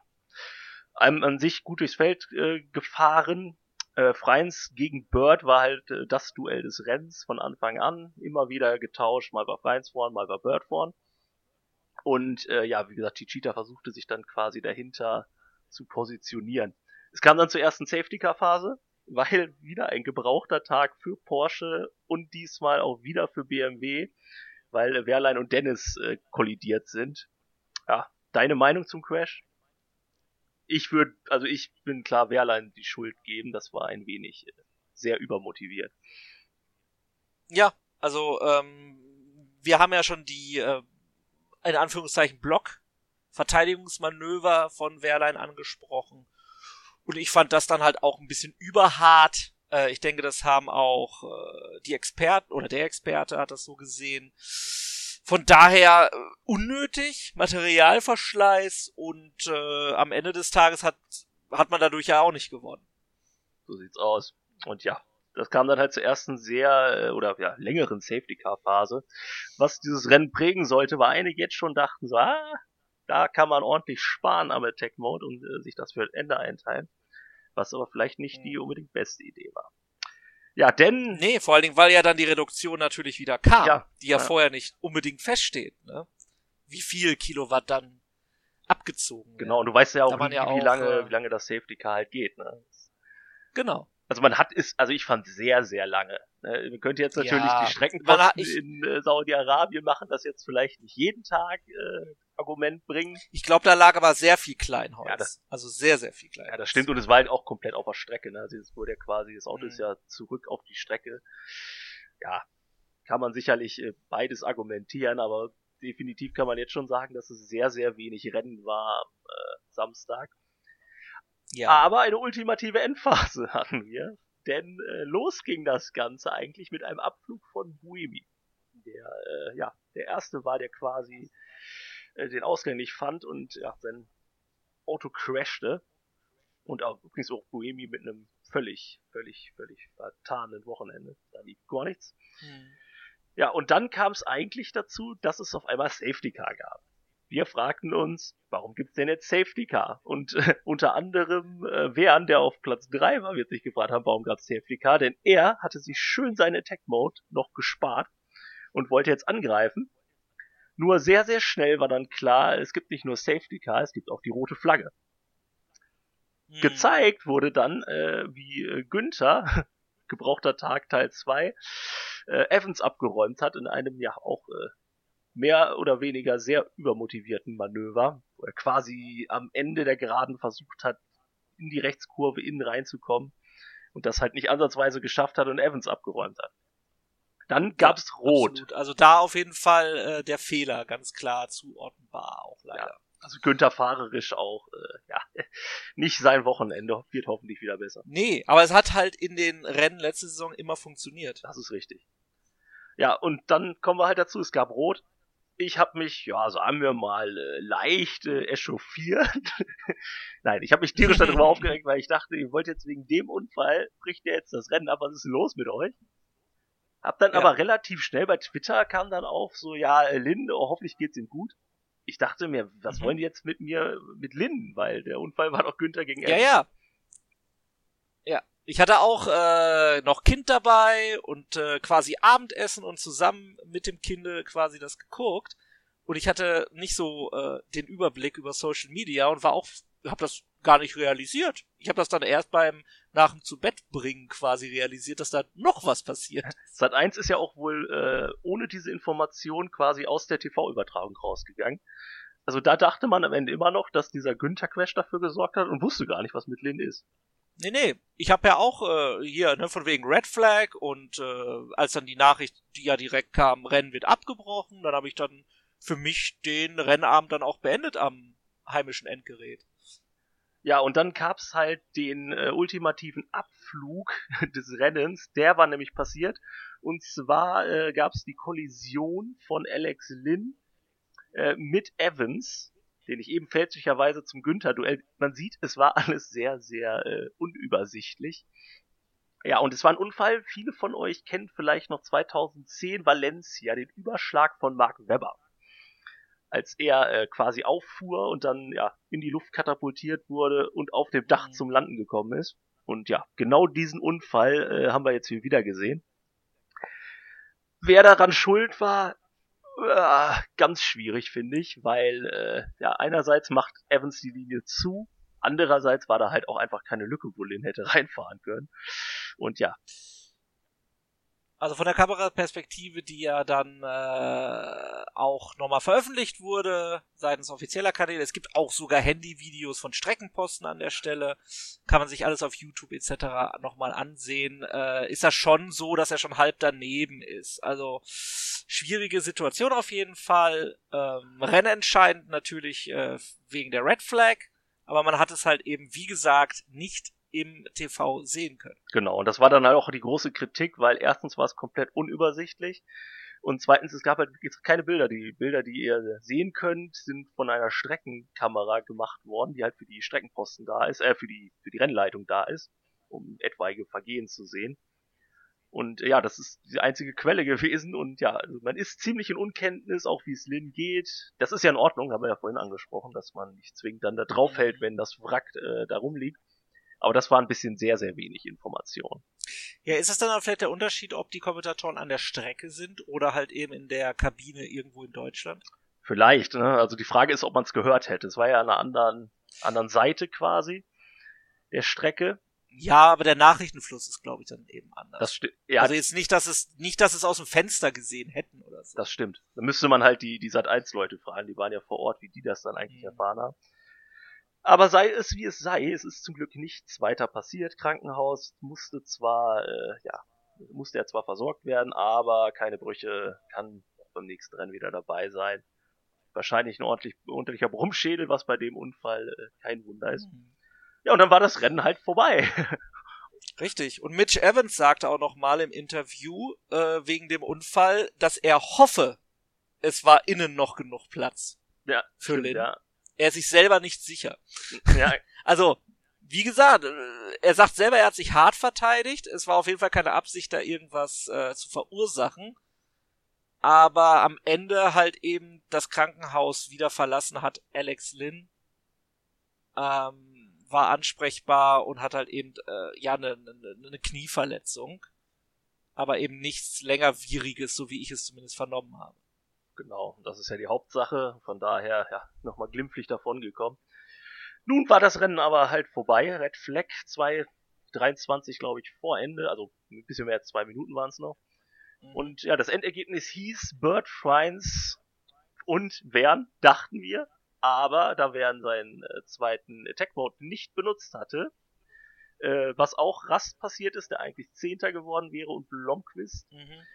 an sich gut durchs Feld gefahren. Freins gegen Bird war halt das Duell des Rennens von Anfang an. Immer wieder getauscht, mal war Freins vorn, mal war Bird vorn. Und wie gesagt, Techeetah versuchte sich dann quasi dahinter zu positionieren. Es kam dann zur ersten Safety-Car-Phase, weil wieder ein gebrauchter Tag für Porsche und diesmal auch wieder für BMW, weil Wehrlein und Dennis kollidiert sind. Ja, deine Meinung zum Crash? Ich bin klar Wehrlein die Schuld geben, das war ein wenig sehr übermotiviert. Ja, also wir haben ja schon die in Anführungszeichen Blockphase Verteidigungsmanöver von Wehrlein angesprochen. Und ich fand das dann halt auch ein bisschen überhart. Ich denke, das haben auch die Experten oder der Experte hat das so gesehen. Von daher unnötig, Materialverschleiß und am Ende des Tages hat man dadurch ja auch nicht gewonnen. So sieht's aus. Und ja, das kam dann halt zur ersten längeren Safety-Car-Phase. Was dieses Rennen prägen sollte, weil einige jetzt schon dachten so, da kann man ordentlich sparen am Attack-Mode und sich das für das Ende einteilen. Was aber vielleicht nicht die unbedingt beste Idee war. Ja, denn... Nee, vor allen Dingen, weil ja dann die Reduktion natürlich wieder kam, die ja vorher nicht unbedingt feststeht, ne? Wie viel Kilowatt dann abgezogen werden. Genau, und du weißt ja auch, wie lange das Safety Car halt geht, ne? Genau. Also ich fand sehr, sehr lange. Ne? Man könnte jetzt natürlich die Streckenkosten in Saudi-Arabien machen, das jetzt vielleicht nicht jeden Tag Argument bringen. Ich glaube, da lag aber sehr viel Kleinholz. Also sehr, sehr viel Kleinholz. Ja, das stimmt, und es war halt auch komplett auf der Strecke. Ne? Also es wurde ja quasi, das Auto ist ja zurück auf die Strecke. Ja, kann man sicherlich beides argumentieren, aber definitiv kann man jetzt schon sagen, dass es sehr, sehr wenig Rennen war am Samstag. Ja. Aber eine ultimative Endphase hatten wir, denn los ging das Ganze eigentlich mit einem Abflug von Buemi. Der erste war, der quasi den Ausgang nicht fand und sein Auto crashte. Und übrigens auch Buemi mit einem völlig vertanen Wochenende. Da lief gar nichts. Ja, und dann kam es eigentlich dazu, dass es auf einmal Safety Car gab. Wir fragten uns, warum gibt's denn jetzt Safety Car? Und unter anderem Wern, der auf Platz 3 war, wird sich gefragt haben, warum gab's Safety Car? Denn er hatte sich schön seinen Attack Mode noch gespart und wollte jetzt angreifen. Nur sehr, sehr schnell war dann klar, es gibt nicht nur Safety Car, es gibt auch die rote Flagge. Gezeigt wurde dann, wie Günther, gebrauchter Tag Teil 2, Evans abgeräumt hat in einem mehr oder weniger sehr übermotivierten Manöver, wo er quasi am Ende der Geraden versucht hat, in die Rechtskurve innen reinzukommen und das halt nicht ansatzweise geschafft hat und Evans abgeräumt hat. Dann gab's Rot. Absolut. Also da auf jeden Fall der Fehler ganz klar zuordnenbar auch leider. Ja, also Günther fahrerisch auch, nicht sein Wochenende, wird hoffentlich wieder besser. Nee, aber es hat halt in den Rennen letzte Saison immer funktioniert. Das ist richtig. Ja, und dann kommen wir halt dazu, es gab Rot. Ich habe mich, sagen wir mal, leicht echauffiert. Nein, ich habe mich tierisch darüber aufgeregt, weil ich dachte, ihr wollt jetzt wegen dem Unfall, bricht ihr jetzt das Rennen ab, was ist denn los mit euch? Hab dann aber relativ schnell bei Twitter kam dann auf, Lynn, hoffentlich geht's ihm gut. Ich dachte mir, was wollen die jetzt mit Lynn? Weil der Unfall war doch Günther gegen Evans. Ja. Ich hatte auch noch Kind dabei und quasi Abendessen und zusammen mit dem Kind quasi das geguckt. Und ich hatte nicht so den Überblick über Social Media und hab das gar nicht realisiert. Ich habe das dann erst nach dem Zu-Bett-Bringen quasi realisiert, dass da noch was passiert. Sat.1 ist ja auch wohl ohne diese Information quasi aus der TV-Übertragung rausgegangen. Also da dachte man am Ende immer noch, dass dieser Günther-Crash dafür gesorgt hat und wusste gar nicht, was mit Lynn ist. Nee. Ich habe ja auch von wegen Red Flag und als dann die Nachricht, die ja direkt kam, Rennen wird abgebrochen, dann habe ich dann für mich den Rennabend dann auch beendet am heimischen Endgerät. Ja, und dann gab's halt den ultimativen Abflug des Rennens. Der war nämlich passiert. Und zwar gab's die Kollision von Alex Lynn mit Evans, den ich eben fälschlicherweise zum Günther-Duell... Man sieht, es war alles sehr, sehr unübersichtlich. Ja, und es war ein Unfall. Viele von euch kennen vielleicht noch 2010 Valencia, den Überschlag von Mark Webber. Als er quasi auffuhr und dann in die Luft katapultiert wurde und auf dem Dach zum Landen gekommen ist. Und genau diesen Unfall haben wir jetzt hier wieder gesehen. Wer daran schuld war, ganz schwierig, finde ich, weil einerseits macht Evans die Linie zu, andererseits war da halt auch einfach keine Lücke, wo Lynn hätte reinfahren können. Und Also von der Kameraperspektive, die ja dann auch nochmal veröffentlicht wurde, seitens offizieller Kanäle. Es gibt auch sogar Handyvideos von Streckenposten an der Stelle. Kann man sich alles auf YouTube etc. nochmal ansehen. Ist das schon so, dass er schon halb daneben ist. Also schwierige Situation auf jeden Fall. Rennentscheidend natürlich wegen der Red Flag. Aber man hat es halt eben, wie gesagt, nicht im TV sehen können. Genau, und das war dann halt auch die große Kritik, weil erstens war es komplett unübersichtlich und zweitens, es gab halt keine Bilder. Die Bilder, die ihr sehen könnt, sind von einer Streckenkamera gemacht worden, die halt für die Streckenposten da ist, für die Rennleitung da ist, um etwaige Vergehen zu sehen. Und ja, das ist die einzige Quelle gewesen und ja, also man ist ziemlich in Unkenntnis, auch wie es Lynn geht. Das ist ja in Ordnung, haben wir ja vorhin angesprochen, dass man nicht zwingend dann da drauf hält, wenn das Wrack da rumliegt. Aber das war ein bisschen sehr, sehr wenig Information. Ja, ist es dann vielleicht der Unterschied, ob die Kommentatoren an der Strecke sind oder halt eben in der Kabine irgendwo in Deutschland? Vielleicht, ne? Also die Frage ist, ob man es gehört hätte. Es war ja an einer anderen Seite quasi der Strecke. Ja, aber der Nachrichtenfluss ist, glaube ich, dann eben anders. Das ja, also jetzt nicht, dass es aus dem Fenster gesehen hätten oder so. Das stimmt. Da müsste man halt die Sat.1-Leute fragen, die waren ja vor Ort, wie die das dann eigentlich erfahren haben. Aber sei es wie es sei, es ist zum Glück nichts weiter passiert. Krankenhaus musste er zwar versorgt werden, aber keine Brüche, kann beim nächsten Rennen wieder dabei sein. Wahrscheinlich ein ordentlicher Brummschädel, was bei dem Unfall kein Wunder ist. Ja, und dann war das Rennen halt vorbei. Richtig. Und Mitch Evans sagte auch noch mal im Interview wegen dem Unfall, dass er hoffe, es war innen noch genug Platz für Lynn. Ja. Er ist sich selber nicht sicher. Ja. Also, wie gesagt, er sagt selber, er hat sich hart verteidigt. Es war auf jeden Fall keine Absicht, da irgendwas zu verursachen. Aber am Ende halt eben das Krankenhaus wieder verlassen hat Alex Lynn. War ansprechbar und hat halt eben eine Knieverletzung. Aber eben nichts längerwieriges, so wie ich es zumindest vernommen habe. Genau, das ist ja die Hauptsache, von daher, ja, nochmal glimpflich davon gekommen. Nun war das Rennen aber halt vorbei, Red Flag, 2:23, glaube ich, vor Ende, also ein bisschen mehr als 2 Minuten waren es noch. Und ja, das Endergebnis hieß Bert Frijns und Verne, dachten wir, aber da Verne seinen zweiten Attack-Mode nicht benutzt hatte, was auch Rast passiert ist, der eigentlich 10. geworden wäre und Blomqvist,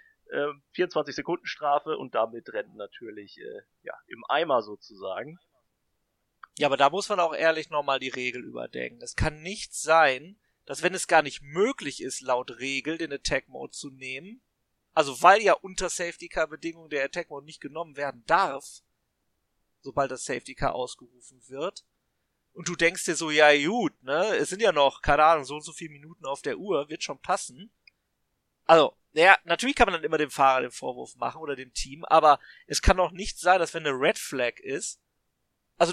24 Sekunden Strafe und damit Rennen natürlich im Eimer sozusagen. Ja, aber da muss man auch ehrlich nochmal die Regel überdenken. Es kann nicht sein, dass wenn es gar nicht möglich ist, laut Regel den Attack Mode zu nehmen, also weil ja unter Safety Car Bedingungen der Attack Mode nicht genommen werden darf, sobald das Safety Car ausgerufen wird, und du denkst dir so, ja gut, ne, es sind ja noch, keine Ahnung, so und so viele Minuten auf der Uhr, wird schon passen. Also, ja, natürlich kann man dann immer dem Fahrer den Vorwurf machen oder dem Team, aber es kann doch nicht sein, dass wenn eine Red Flag ist, also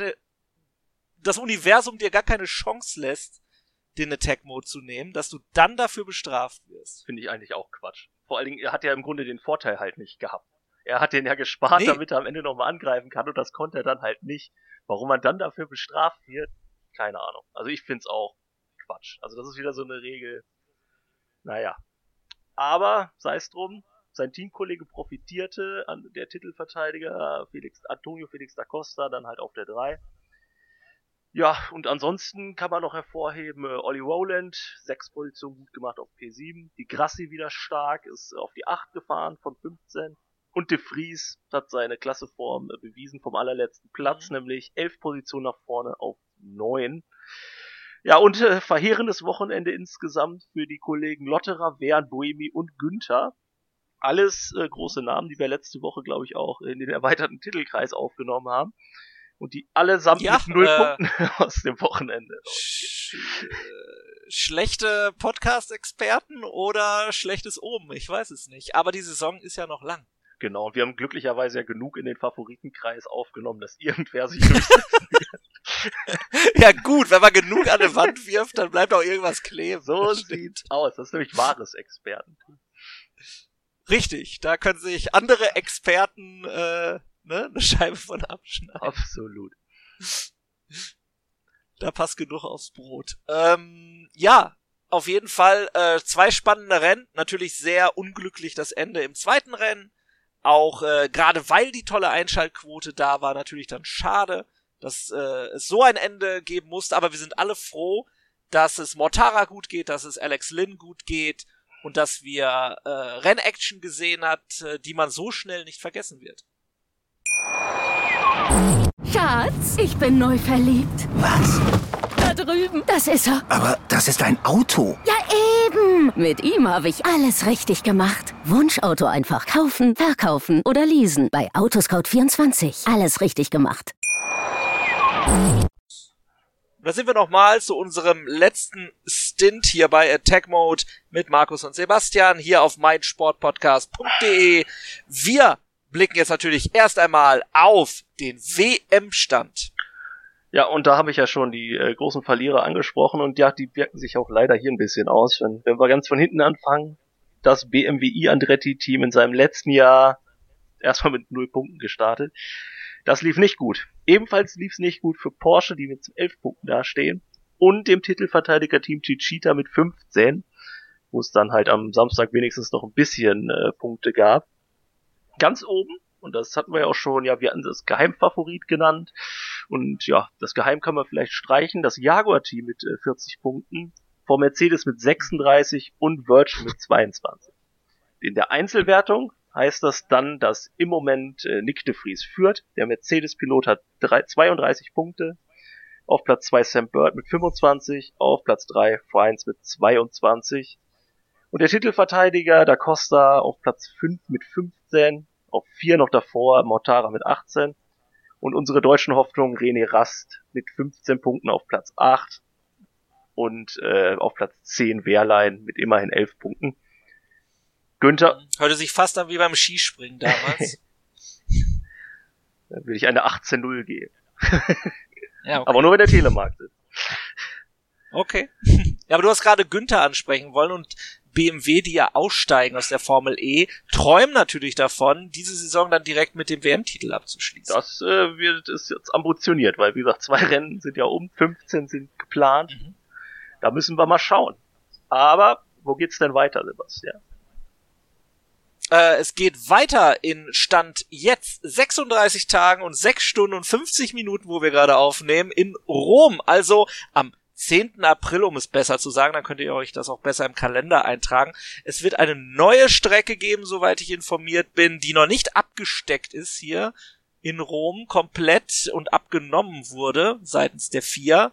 das Universum dir gar keine Chance lässt, den Attack Mode zu nehmen, dass du dann dafür bestraft wirst. Finde ich eigentlich auch Quatsch. Vor allen Dingen, er hat ja im Grunde den Vorteil halt nicht gehabt. Er hat den ja gespart, damit er am Ende nochmal angreifen kann und das konnte er dann halt nicht. Warum man dann dafür bestraft wird, keine Ahnung. Also ich find's auch Quatsch. Also das ist wieder so eine Regel. Naja. Aber, sei es drum, sein Teamkollege profitierte, der Titelverteidiger Antonio Felix da Costa, dann halt auf der 3. Ja, und ansonsten kann man noch hervorheben, Olli Rowland, 6 Positionen gut gemacht auf P7, die Grassi wieder stark, ist auf die 8 gefahren von 15 und De Vries hat seine Klasseform bewiesen vom allerletzten Platz, nämlich 11 Positionen nach vorne auf 9. Ja, und verheerendes Wochenende insgesamt für die Kollegen Lotterer, Verne, Buemi und Günther. Alles große Namen, die wir letzte Woche, glaube ich, auch in den erweiterten Titelkreis aufgenommen haben. Und die allesamt mit 0 Punkten aus dem Wochenende. Schlechte Podcast-Experten oder schlechtes Oben, ich weiß es nicht. Aber die Saison ist ja noch lang. Genau, und wir haben glücklicherweise ja genug in den Favoritenkreis aufgenommen, dass irgendwer sich durchsetzen wird. Ja gut, wenn man genug an der Wand wirft, dann bleibt auch irgendwas kleben. So sieht's aus. Das ist nämlich wahres Expertentum. Richtig, da können sich andere Experten eine Scheibe von abschneiden. Absolut. Da passt genug aufs Brot. Ja, auf jeden Fall 2 spannende Rennen. Natürlich sehr unglücklich das Ende im zweiten Rennen. Auch gerade weil die tolle Einschaltquote da war, natürlich dann schade, dass es so ein Ende geben musste. Aber wir sind alle froh, dass es Mortara gut geht, dass es Alex Lynn gut geht und dass wir Rennaction gesehen hat, die man so schnell nicht vergessen wird. Schatz, ich bin neu verliebt. Was? Da drüben. Das ist er. Aber das ist ein Auto. Ja, eben. Mit ihm habe ich alles richtig gemacht. Wunschauto einfach kaufen, verkaufen oder leasen. Bei Autoscout24. Alles richtig gemacht. Da sind wir nochmal zu unserem letzten Stint hier bei Attack Mode mit Markus und Sebastian hier auf meinsportpodcast.de. Wir blicken jetzt natürlich erst einmal auf den WM-Stand. Ja, und da habe ich ja schon die großen Verlierer angesprochen und ja, die wirken sich auch leider hier ein bisschen aus. Wenn wir ganz von hinten anfangen, das BMW Andretti-Team in seinem letzten Jahr erstmal mit 0 Punkten gestartet. Das lief nicht gut. Ebenfalls lief es nicht gut für Porsche, die mit 11 Punkten dastehen, und dem Titelverteidiger Team Techeetah mit 15, wo es dann halt am Samstag wenigstens noch ein bisschen Punkte gab. Ganz oben, und das hatten wir ja auch schon, ja, wir hatten das Geheimfavorit genannt, und ja, das Geheim kann man vielleicht streichen, das Jaguar-Team mit 40 Punkten, vor Mercedes mit 36 und Virgin mit 22. In der Einzelwertung heißt das dann, dass im Moment Nick de Vries führt. Der Mercedes-Pilot hat 32 Punkte. Auf Platz 2 Sam Bird mit 25. Auf Platz 3 Frijns mit 22. Und der Titelverteidiger Da Costa auf Platz 5 mit 15. Auf 4 noch davor Mortara mit 18. Und unsere deutschen Hoffnungen René Rast mit 15 Punkten auf Platz 8. Und auf Platz 10 Wehrlein mit immerhin 11 Punkten. Günther. Hörte sich fast an wie beim Skispringen damals. Da würde ich eine 18-0 geben. Ja, okay. Aber nur wenn der Telemarkt ist. Okay. Ja, aber du hast gerade Günther ansprechen wollen, und BMW, die ja aussteigen aus der Formel E, träumen natürlich davon, diese Saison dann direkt mit dem WM-Titel abzuschließen. Das ist jetzt ambitioniert, weil wie gesagt, 2 Rennen sind ja 15 sind geplant. Da müssen wir mal schauen. Aber wo geht's denn weiter, Sebastian? Es geht weiter in Stand jetzt 36 Tagen und 6 Stunden und 50 Minuten, wo wir gerade aufnehmen, in Rom. Also am 10. April, um es besser zu sagen, dann könnt ihr euch das auch besser im Kalender eintragen. Es wird eine neue Strecke geben, soweit ich informiert bin, die noch nicht abgesteckt ist hier in Rom, komplett und abgenommen wurde seitens der FIA.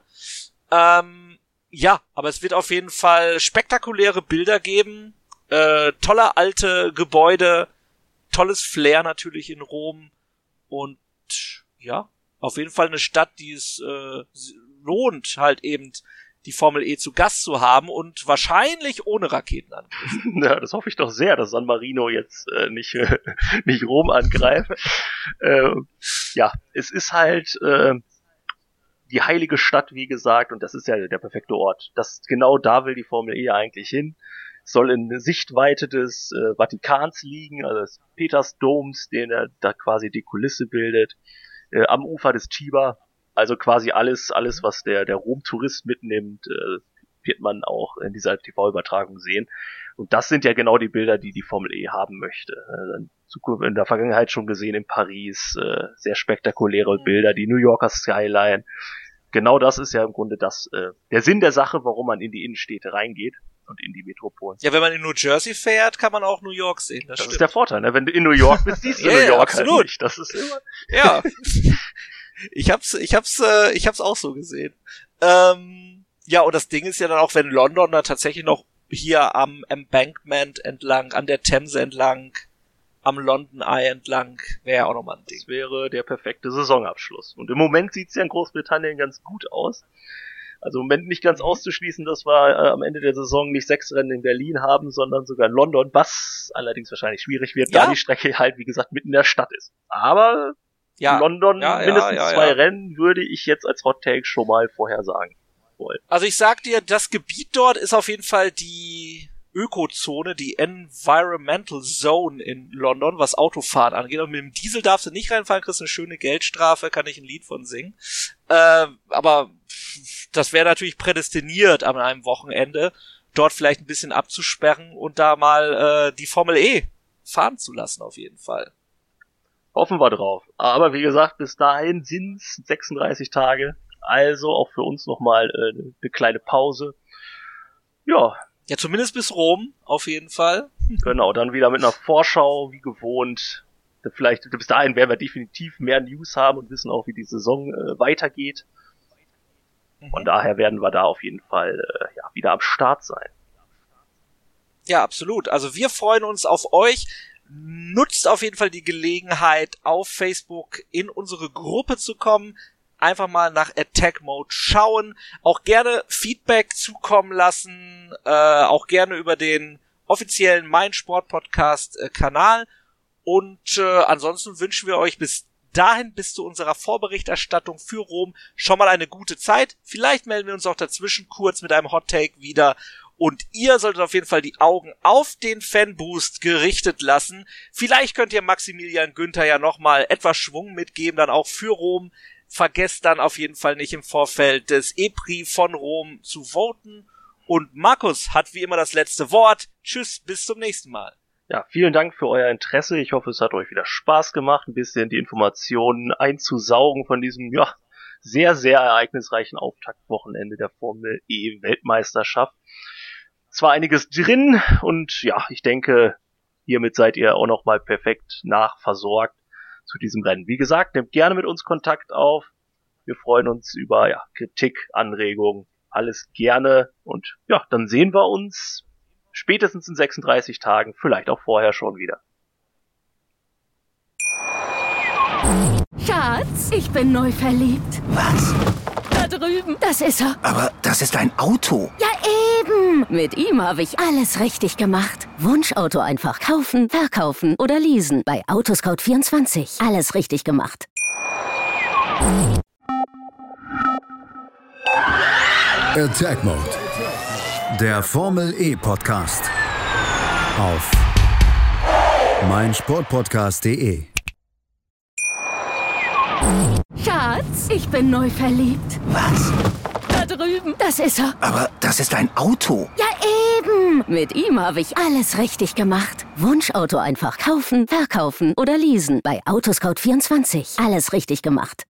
Ja, aber es wird auf jeden Fall spektakuläre Bilder geben. Tolle alte Gebäude, tolles Flair natürlich in Rom, und ja, auf jeden Fall eine Stadt, die es lohnt, halt eben die Formel E zu Gast zu haben, und wahrscheinlich ohne Raketenangriff. Ja, das hoffe ich doch sehr, dass San Marino jetzt nicht Rom angreift. Ja, es ist halt die heilige Stadt, wie gesagt, und das ist ja der perfekte Ort. Genau da will die Formel E eigentlich hin. Soll in Sichtweite des Vatikans liegen, also des Petersdoms, den er da quasi die Kulisse bildet, am Ufer des Tiber, also quasi alles, was der Rom-Tourist mitnimmt, wird man auch in dieser TV-Übertragung sehen. Und das sind ja genau die Bilder, die die Formel E haben möchte. In der Vergangenheit schon gesehen in Paris, sehr spektakuläre Bilder, die New Yorker Skyline. Genau das ist ja im Grunde der Sinn der Sache, warum man in die Innenstädte reingeht und in die Metropolen. Ja, wenn man in New Jersey fährt, kann man auch New York sehen. Das ist der Vorteil, ne? Wenn du in New York bist, siehst du New York absolut. Halt nicht. Das ist immer. Ja. Ich hab's auch so gesehen. Ja, und das Ding ist ja dann auch, wenn London da tatsächlich noch hier am Embankment entlang, an der Themse entlang, am London Eye entlang, wäre ja auch nochmal ein Ding. Das wäre der perfekte Saisonabschluss. Und im Moment sieht's ja in Großbritannien ganz gut aus. Also im Moment nicht ganz auszuschließen, dass wir am Ende der Saison nicht 6 Rennen in Berlin haben, sondern sogar in London, was allerdings wahrscheinlich schwierig wird, da die Strecke halt, wie gesagt, mitten in der Stadt ist. Aber in London mindestens 2 Rennen würde ich jetzt als Hot Take schon mal vorhersagen wollen. Also ich sag dir, das Gebiet dort ist auf jeden Fall die Ökozone, die Environmental Zone in London, was Autofahren angeht. Und mit dem Diesel darfst du nicht reinfahren, kriegst eine schöne Geldstrafe, kann ich ein Lied von singen. Aber das wäre natürlich prädestiniert an einem Wochenende. dort vielleicht ein bisschen abzusperren und da mal die Formel E fahren zu lassen auf jeden Fall. Hoffen wir drauf. Aber wie gesagt, bis dahin sind's 36 Tage. Also auch für uns nochmal eine kleine Pause. Ja. Ja, zumindest bis Rom, auf jeden Fall. Genau, dann wieder mit einer Vorschau, wie gewohnt. Vielleicht bis dahin werden wir definitiv mehr News haben und wissen auch, wie die Saison weitergeht. Von daher werden wir da auf jeden Fall wieder am Start sein. Ja, absolut. Also wir freuen uns auf euch. Nutzt auf jeden Fall die Gelegenheit, auf Facebook in unsere Gruppe zu kommen. Einfach mal nach Attack Mode schauen. Auch gerne Feedback zukommen lassen. Auch gerne über den offiziellen Mein Sport Podcast Kanal. Und ansonsten wünschen wir euch bis dahin, bis zu unserer Vorberichterstattung für Rom, schon mal eine gute Zeit. Vielleicht melden wir uns auch dazwischen kurz mit einem Hot Take wieder. Und ihr solltet auf jeden Fall die Augen auf den Fanboost gerichtet lassen. Vielleicht könnt ihr Maximilian Günther ja nochmal etwas Schwung mitgeben, dann auch für Rom. Vergesst dann auf jeden Fall nicht im Vorfeld des E-Prix von Rom zu voten. Und Markus hat wie immer das letzte Wort. Tschüss, bis zum nächsten Mal. Ja, vielen Dank für euer Interesse. Ich hoffe, es hat euch wieder Spaß gemacht, ein bisschen die Informationen einzusaugen von diesem, sehr, sehr ereignisreichen Auftaktwochenende der Formel E Weltmeisterschaft. Es war einiges drin und ich denke, hiermit seid ihr auch nochmal perfekt nachversorgt zu diesem Rennen. Wie gesagt, nehmt gerne mit uns Kontakt auf. Wir freuen uns über Kritik, Anregungen, alles gerne. Und dann sehen wir uns spätestens in 36 Tagen, vielleicht auch vorher schon wieder. Schatz, ich bin neu verliebt. Was? Da drüben. Das ist er. Aber das ist ein Auto. Ja, eben. Mit ihm habe ich alles richtig gemacht. Wunschauto einfach kaufen, verkaufen oder leasen. Bei Autoscout24. Alles richtig gemacht. Attack Mode. Der Formel E Podcast. Auf meinsportpodcast.de. Schatz, ich bin neu verliebt. Was? Da drüben. Das ist er. Aber das ist ein Auto. Ja, eben. Mit ihm habe ich alles richtig gemacht. Wunschauto einfach kaufen, verkaufen oder leasen. Bei Autoscout24. Alles richtig gemacht.